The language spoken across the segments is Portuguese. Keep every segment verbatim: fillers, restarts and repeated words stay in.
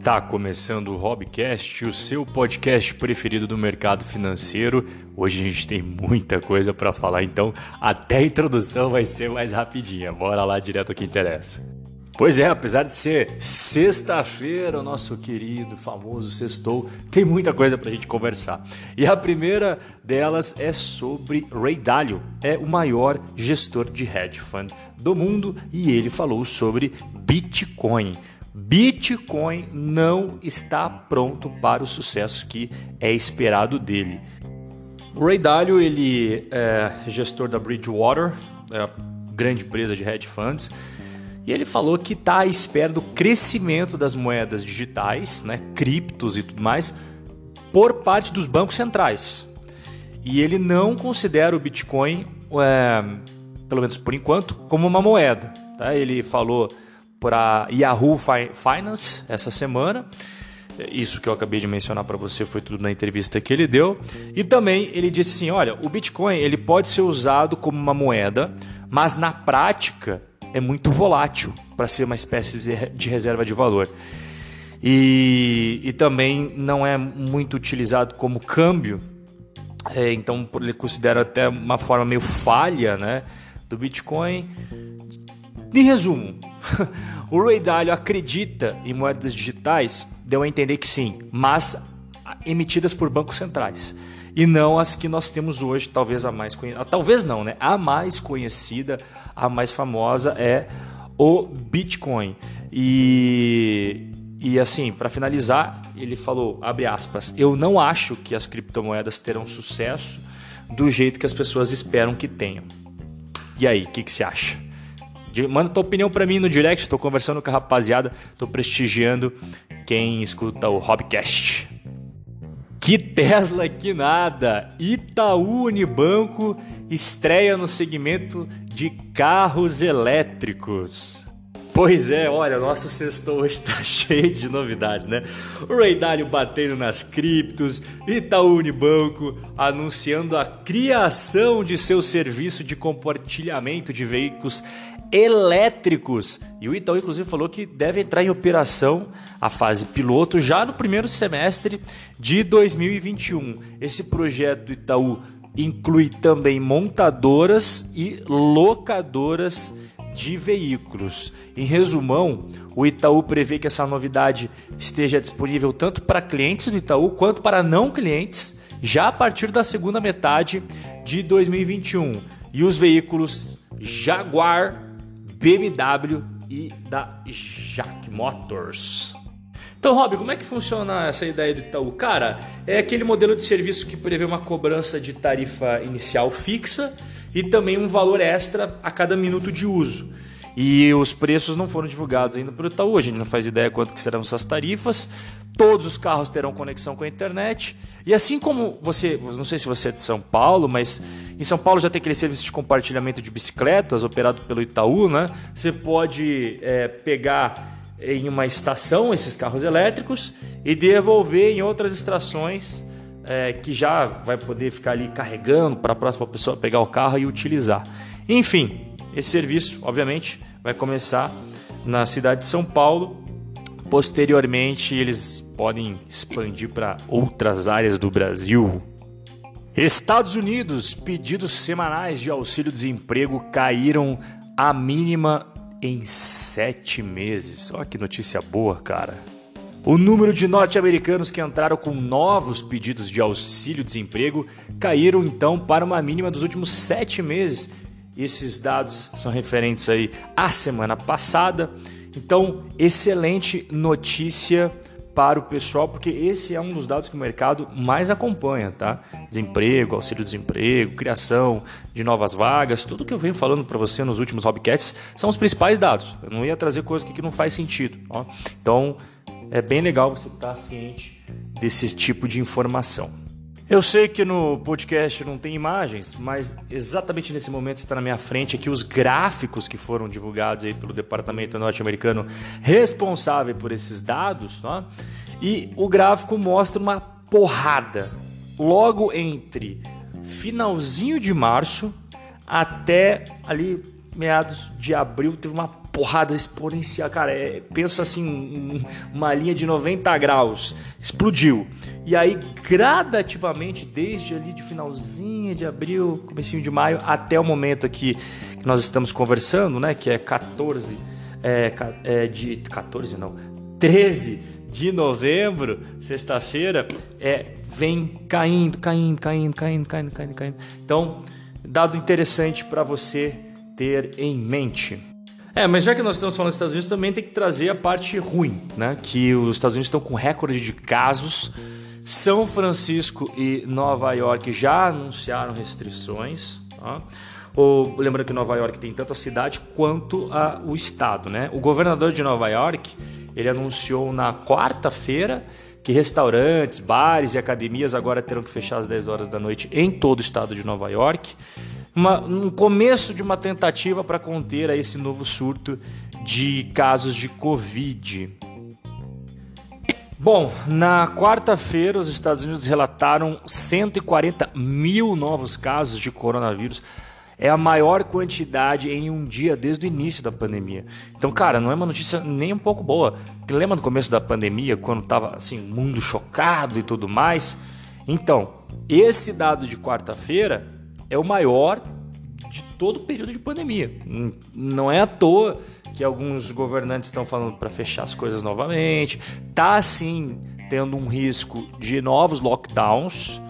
Está começando o Hobbycast, o seu podcast preferido do mercado financeiro. Hoje a gente tem muita coisa para falar, então até a introdução vai ser mais rapidinha. Bora lá direto ao que interessa. Pois é, apesar de ser sexta-feira, o nosso querido, famoso sextou, tem muita coisa para a gente conversar. E a primeira delas é sobre Ray Dalio, é o maior gestor de hedge fund do mundo e ele falou sobre Bitcoin. Bitcoin não está pronto para o sucesso que é esperado dele. O Ray Dalio, ele é gestor da Bridgewater, é grande empresa de hedge funds, e ele falou que está à espera do crescimento das moedas digitais, né, criptos e tudo mais, por parte dos bancos centrais. E ele não considera o Bitcoin, é, pelo menos por enquanto, como uma moeda. Tá? Ele falou para Yahoo Finance essa semana. Isso que eu acabei de mencionar para você foi tudo na entrevista que ele deu. E também ele disse assim, olha, o Bitcoin ele pode ser usado como uma moeda, mas na prática é muito volátil para ser uma espécie de reserva de valor. E, e também não é muito utilizado como câmbio. É, então ele considera até uma forma meio falha, né, do Bitcoin. Em resumo, o Ray Dalio acredita em moedas digitais, deu a entender que sim, mas emitidas por bancos centrais e não as que nós temos hoje, talvez a mais conhecida, talvez não, né? A mais conhecida, a mais famosa é o Bitcoin. E, e assim, para finalizar, ele falou, abre aspas, eu não acho que as criptomoedas terão sucesso do jeito que as pessoas esperam que tenham. E aí, o que, que você acha? Manda tua opinião para mim no direct, estou conversando com a rapaziada, estou prestigiando quem escuta o Hobbycast. Que Tesla que nada! Itaú Unibanco estreia no segmento de carros elétricos. Pois é, olha, nosso sextou hoje está cheio de novidades, né? O Ray Dalio batendo nas criptos, Itaú Unibanco anunciando a criação de seu serviço de compartilhamento de veículos elétricos. E o Itaú inclusive falou que deve entrar em operação a fase piloto já no primeiro semestre de dois mil e vinte e um. Esse projeto do Itaú inclui também montadoras e locadoras de veículos. Em resumão, o Itaú prevê que essa novidade esteja disponível tanto para clientes do Itaú quanto para não clientes já a partir da segunda metade de dois mil e vinte e um. E os veículos Jaguar, B M W e da J A C Motors. Então, Rob, como é que funciona essa ideia do Itaú? Cara, é aquele modelo de serviço que prevê uma cobrança de tarifa inicial fixa e também um valor extra a cada minuto de uso. E os preços não foram divulgados ainda para o Itaú, a gente não faz ideia quanto que serão essas tarifas. Todos os carros terão conexão com a internet. E assim como você, não sei se você é de São Paulo, mas em São Paulo já tem aquele serviço de compartilhamento de bicicletas operado pelo Itaú, né? Você pode é, pegar em uma estação esses carros elétricos e devolver em outras estações é, que já vai poder ficar ali carregando para a próxima pessoa pegar o carro e utilizar. Enfim, esse serviço, obviamente, vai começar na cidade de São Paulo. Posteriormente, eles podem expandir para outras áreas do Brasil. Estados Unidos, pedidos semanais de auxílio-desemprego caíram à mínima em sete meses. Olha que notícia boa, cara. O número de norte-americanos que entraram com novos pedidos de auxílio-desemprego caíram então para uma mínima dos últimos sete meses. Esses dados são referentes aí à semana passada. Então, excelente notícia para o pessoal, porque esse é um dos dados que o mercado mais acompanha, tá? Desemprego, auxílio-desemprego, criação de novas vagas, tudo que eu venho falando para você nos últimos Hobbycasts são os principais dados. Eu não ia trazer coisa que não faz sentido, ó. Então, é bem legal você estar ciente desse tipo de informação. Eu sei que no podcast não tem imagens, mas exatamente nesse momento está na minha frente aqui os gráficos que foram divulgados aí pelo departamento norte-americano responsável por esses dados, tá? E o gráfico mostra uma porrada logo entre finalzinho de março até ali meados de abril, teve uma porrada exponencial, cara, é, pensa assim, um, uma linha de noventa graus, explodiu. E aí, gradativamente, desde ali de finalzinho de abril, comecinho de maio, até o momento aqui que nós estamos conversando, né, que é quatorze, é, é de quatorze não, treze de novembro, sexta-feira, é, vem caindo, caindo, caindo, caindo, caindo, caindo, caindo. Então, dado interessante para você ter em mente. É, mas já que nós estamos falando dos Estados Unidos, também tem que trazer a parte ruim, né? Que os Estados Unidos estão com recorde de casos. São Francisco e Nova York já anunciaram restrições. Tá? Ou, lembrando que Nova York tem tanto a cidade quanto a, o estado, né? O governador de Nova York, ele anunciou na quarta-feira que restaurantes, bares e academias agora terão que fechar às dez horas da noite em todo o estado de Nova York. Uma, um começo de uma tentativa para conter esse novo surto de casos de Covid. Bom, na quarta-feira os Estados Unidos relataram cento e quarenta mil novos casos de coronavírus. É a maior quantidade em um dia desde o início da pandemia. Então, cara, não é uma notícia nem um pouco boa. Porque lembra no começo da pandemia, quando estava assim, o mundo chocado e tudo mais? Então, esse dado de quarta-feira é o maior de todo o período de pandemia. Não é à toa que alguns governantes estão falando para fechar as coisas novamente. Está, sim, tendo um risco de novos lockdowns.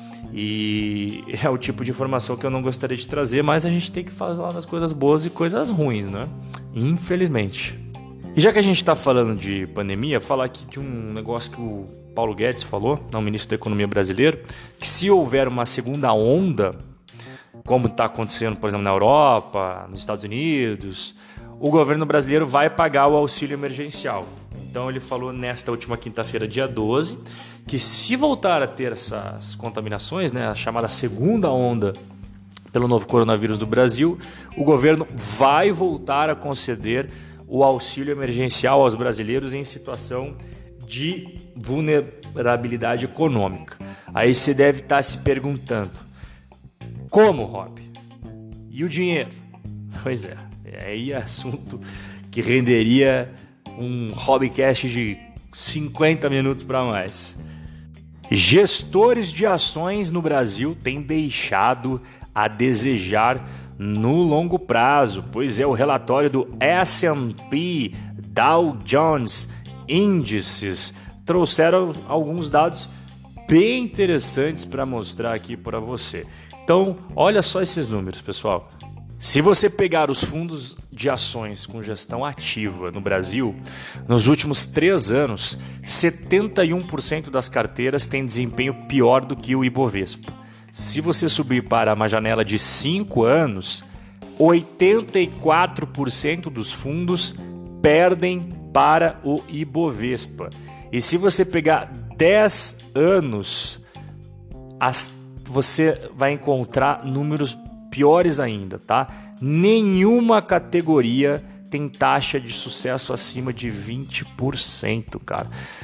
E é o tipo de informação que eu não gostaria de trazer, mas a gente tem que falar das coisas boas e coisas ruins, né? Infelizmente. E já que a gente está falando de pandemia, falar aqui de um negócio que o Paulo Guedes falou, não, o ministro da Economia brasileiro, que se houver uma segunda onda, como está acontecendo, por exemplo, na Europa, nos Estados Unidos, o governo brasileiro vai pagar o auxílio emergencial. Então ele falou nesta última quinta-feira, dia doze, que se voltar a ter essas contaminações, né, a chamada segunda onda pelo novo coronavírus do Brasil, o governo vai voltar a conceder o auxílio emergencial aos brasileiros em situação de vulnerabilidade econômica. Aí você deve estar se perguntando, como, Rob? E o dinheiro? Pois é, aí é assunto que renderia um Hobbycast de cinquenta minutos para mais. Gestores de ações no Brasil têm deixado a desejar no longo prazo, pois é o relatório do S and P Dow Jones Índices trouxeram alguns dados bem interessantes para mostrar aqui para você. Então, olha só esses números, pessoal. Se você pegar os fundos de ações com gestão ativa no Brasil, nos últimos três anos, setenta e um por cento das carteiras têm desempenho pior do que o Ibovespa. Se você subir para uma janela de cinco anos, oitenta e quatro por cento dos fundos perdem para o Ibovespa. E se você pegar dez anos, as você vai encontrar números piores ainda, tá? Nenhuma categoria tem taxa de sucesso acima de vinte por cento, cara.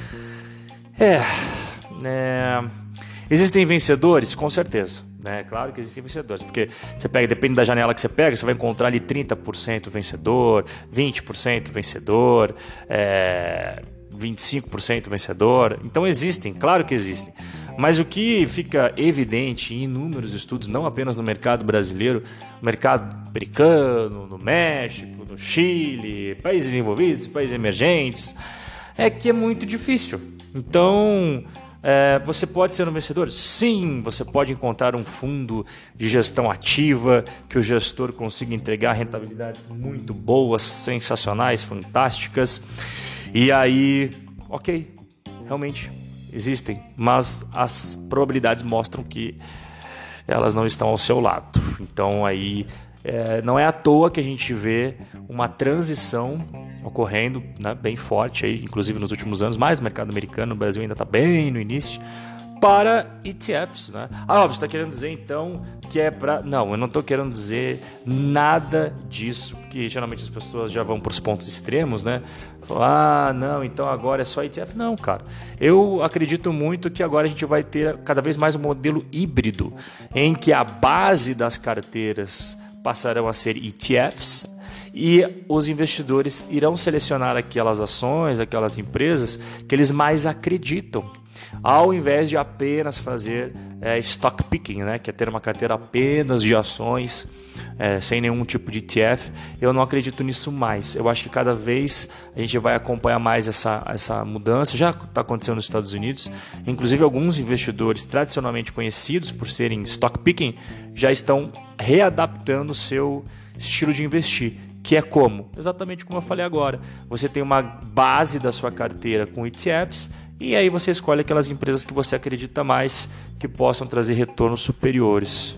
É, é... Existem vencedores? Com certeza. É claro que existem vencedores, porque você pega, depende da janela que você pega, você vai encontrar ali trinta por cento vencedor, vinte por cento vencedor, é... vinte e cinco por cento vencedor. Então existem, claro que existem. Mas o que fica evidente em inúmeros estudos, não apenas no mercado brasileiro, mercado americano, no México, no Chile, países desenvolvidos, países emergentes, é que é muito difícil. Então, é, você pode ser um vencedor? Sim, você pode encontrar um fundo de gestão ativa, que o gestor consiga entregar rentabilidades muito boas, sensacionais, fantásticas. E aí, ok, realmente existem, mas as probabilidades mostram que elas não estão ao seu lado. Então aí é, não é à toa que a gente vê uma transição ocorrendo, né, bem forte, aí, inclusive nos últimos anos, mais no mercado americano, o Brasil ainda está bem no início, para E T Fs. Né? Ah, você está querendo dizer então que é para... Não, eu não estou querendo dizer nada disso, porque geralmente as pessoas já vão para os pontos extremos, né? Ah, não, então agora é só E T F. Não, cara. Eu acredito muito que agora a gente vai ter cada vez mais um modelo híbrido, em que a base das carteiras passarão a ser E T Fs e os investidores irão selecionar aquelas ações, aquelas empresas que eles mais acreditam, ao invés de apenas fazer é, stock picking, né, que é ter uma carteira apenas de ações, é, sem nenhum tipo de E T F. Eu não acredito nisso mais. Eu acho que cada vez a gente vai acompanhar mais essa, essa mudança. Já está acontecendo nos Estados Unidos. Inclusive, alguns investidores tradicionalmente conhecidos por serem stock picking já estão readaptando o seu estilo de investir. Que é como? Exatamente como eu falei agora. Você tem uma base da sua carteira com E T Fs e aí você escolhe aquelas empresas que você acredita mais que possam trazer retornos superiores.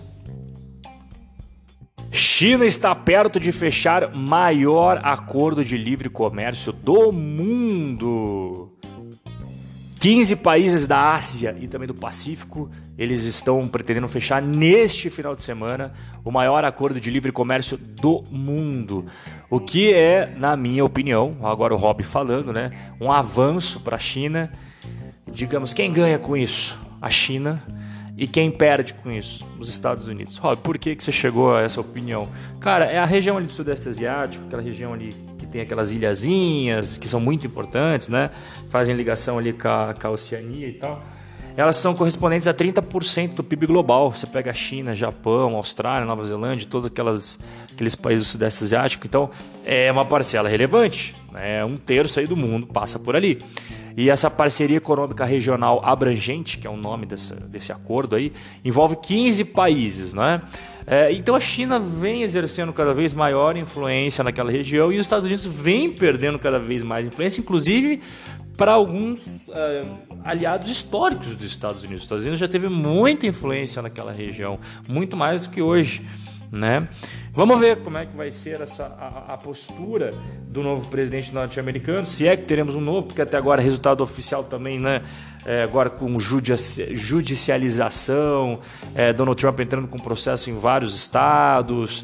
China está perto de fechar maior acordo de livre comércio do mundo. quinze países da Ásia e também do Pacífico, eles estão pretendendo fechar neste final de semana o maior acordo de livre comércio do mundo. O que é, na minha opinião, agora o Rob falando, né, um avanço para a China. Digamos, quem ganha com isso? A China. E quem perde com isso? Os Estados Unidos. Rob, por que, que você chegou a essa opinião? Cara, é a região ali do Sudeste Asiático, aquela região ali que tem aquelas ilhazinhas que são muito importantes, né? Fazem ligação ali com a, com a Oceania e tal. Elas são correspondentes a trinta por cento do P I B global. Você pega a China, Japão, Austrália, Nova Zelândia, todos aquelas, aqueles países do Sudeste Asiático. Então, é uma parcela relevante. Né? Um terço aí do mundo passa por ali. E essa parceria econômica regional abrangente, que é o nome dessa, desse acordo aí, envolve quinze países, né? É, então a China vem exercendo cada vez maior influência naquela região e os Estados Unidos vem perdendo cada vez mais influência, inclusive para alguns é, aliados históricos dos Estados Unidos. Os Estados Unidos já teve muita influência naquela região, muito mais do que hoje, né? Vamos ver como é que vai ser essa, a, a postura do novo presidente norte-americano, se é que teremos um novo, porque até agora resultado oficial também, né? É, agora com judici- judicialização, é, Donald Trump entrando com processo em vários estados,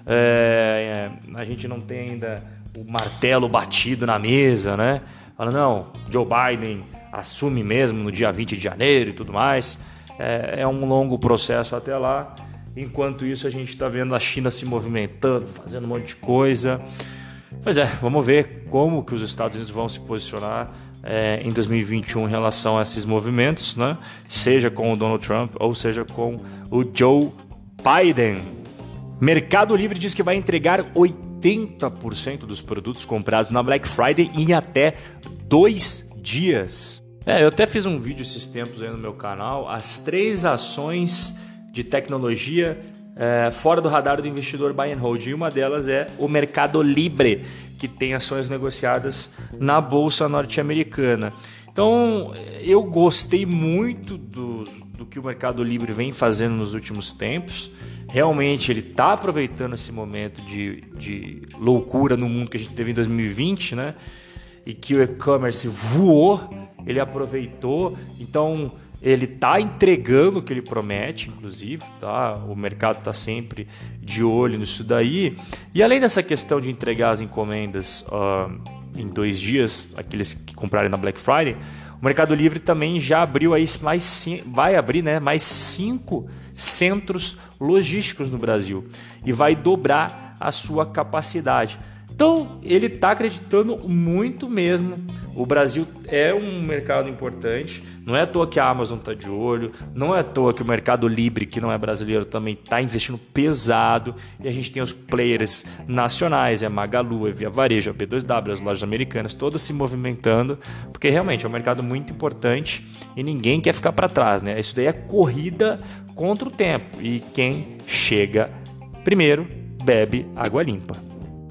é, é, a gente não tem ainda o martelo batido na mesa, né? Fala, não, Joe Biden assume mesmo no dia vinte de janeiro e tudo mais, é, é um longo processo até lá. Enquanto isso, a gente está vendo a China se movimentando, fazendo um monte de coisa. Pois é, vamos ver como que os Estados Unidos vão se posicionar é, em dois mil e vinte e um em relação a esses movimentos, né? Seja com o Donald Trump ou seja com o Joe Biden. Mercado Livre diz que vai entregar oitenta por cento dos produtos comprados na Black Friday em até dois dias. É, eu até fiz um vídeo esses tempos aí no meu canal, as três ações de tecnologia é, fora do radar do investidor buy and hold. E uma delas é o Mercado Livre, que tem ações negociadas na Bolsa norte-americana. Então, eu gostei muito do, do que o Mercado Livre vem fazendo nos últimos tempos. Realmente, ele está aproveitando esse momento de, de loucura no mundo que a gente teve em dois mil e vinte, né? E que o e-commerce voou, ele aproveitou. Então, ele está entregando o que ele promete, inclusive, tá? O mercado está sempre de olho nisso daí. E além dessa questão de entregar as encomendas uh, em dois dias, aqueles que comprarem na Black Friday, o Mercado Livre também já abriu aí mais, vai abrir, né, mais cinco centros logísticos no Brasil e vai dobrar a sua capacidade. Então, ele está acreditando muito mesmo. O Brasil é um mercado importante. Não é à toa que a Amazon está de olho. Não é à toa que o Mercado Livre, que não é brasileiro, também está investindo pesado. E a gente tem os players nacionais, é a Magalu, é Via Varejo, a B dois W, as lojas americanas, todas se movimentando. Porque realmente é um mercado muito importante e ninguém quer ficar para trás, né? Isso daí é corrida contra o tempo. E quem chega primeiro bebe água limpa.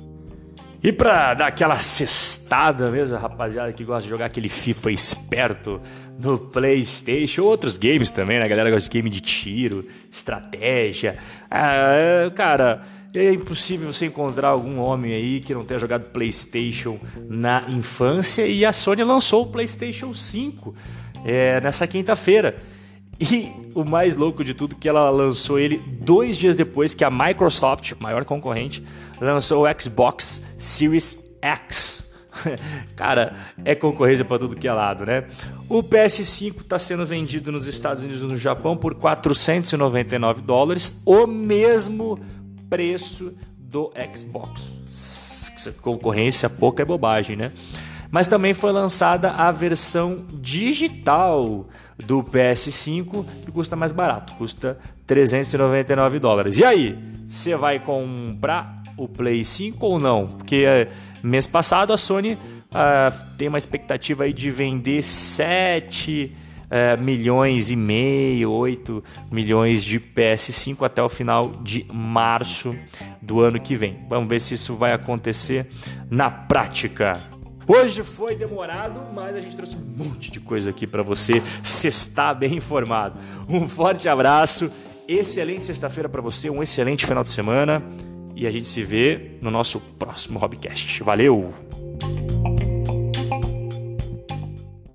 E pra dar aquela cestada mesmo, rapaziada que gosta de jogar aquele FIFA esperto no PlayStation, outros games também, né? A galera gosta de game de tiro, estratégia. Ah, cara, é impossível você encontrar algum homem aí que não tenha jogado PlayStation na infância, e a Sony lançou o PlayStation cinco é, nessa quinta-feira. E o mais louco de tudo é que ela lançou ele dois dias depois que a Microsoft, maior concorrente, lançou o Xbox Series X. Cara, é concorrência para tudo que é lado, né? O P S cinco está sendo vendido nos Estados Unidos e no Japão por quatrocentos e noventa e nove dólares, o mesmo preço do Xbox. Concorrência pouca é bobagem, né? Mas também foi lançada a versão digital do P S cinco, que custa mais barato, custa trezentos e noventa e nove dólares. E aí, você vai comprar o Play cinco ou não? Porque é, mês passado a Sony uh, tem uma expectativa aí de vender sete uh, milhões e meio, oito milhões de P S cinco até o final de março do ano que vem. Vamos ver se isso vai acontecer na prática. Hoje foi demorado, mas a gente trouxe um monte de coisa aqui para você se estar bem informado. Um forte abraço, excelente sexta-feira para você, um excelente final de semana e a gente se vê no nosso próximo Hobbycast. Valeu!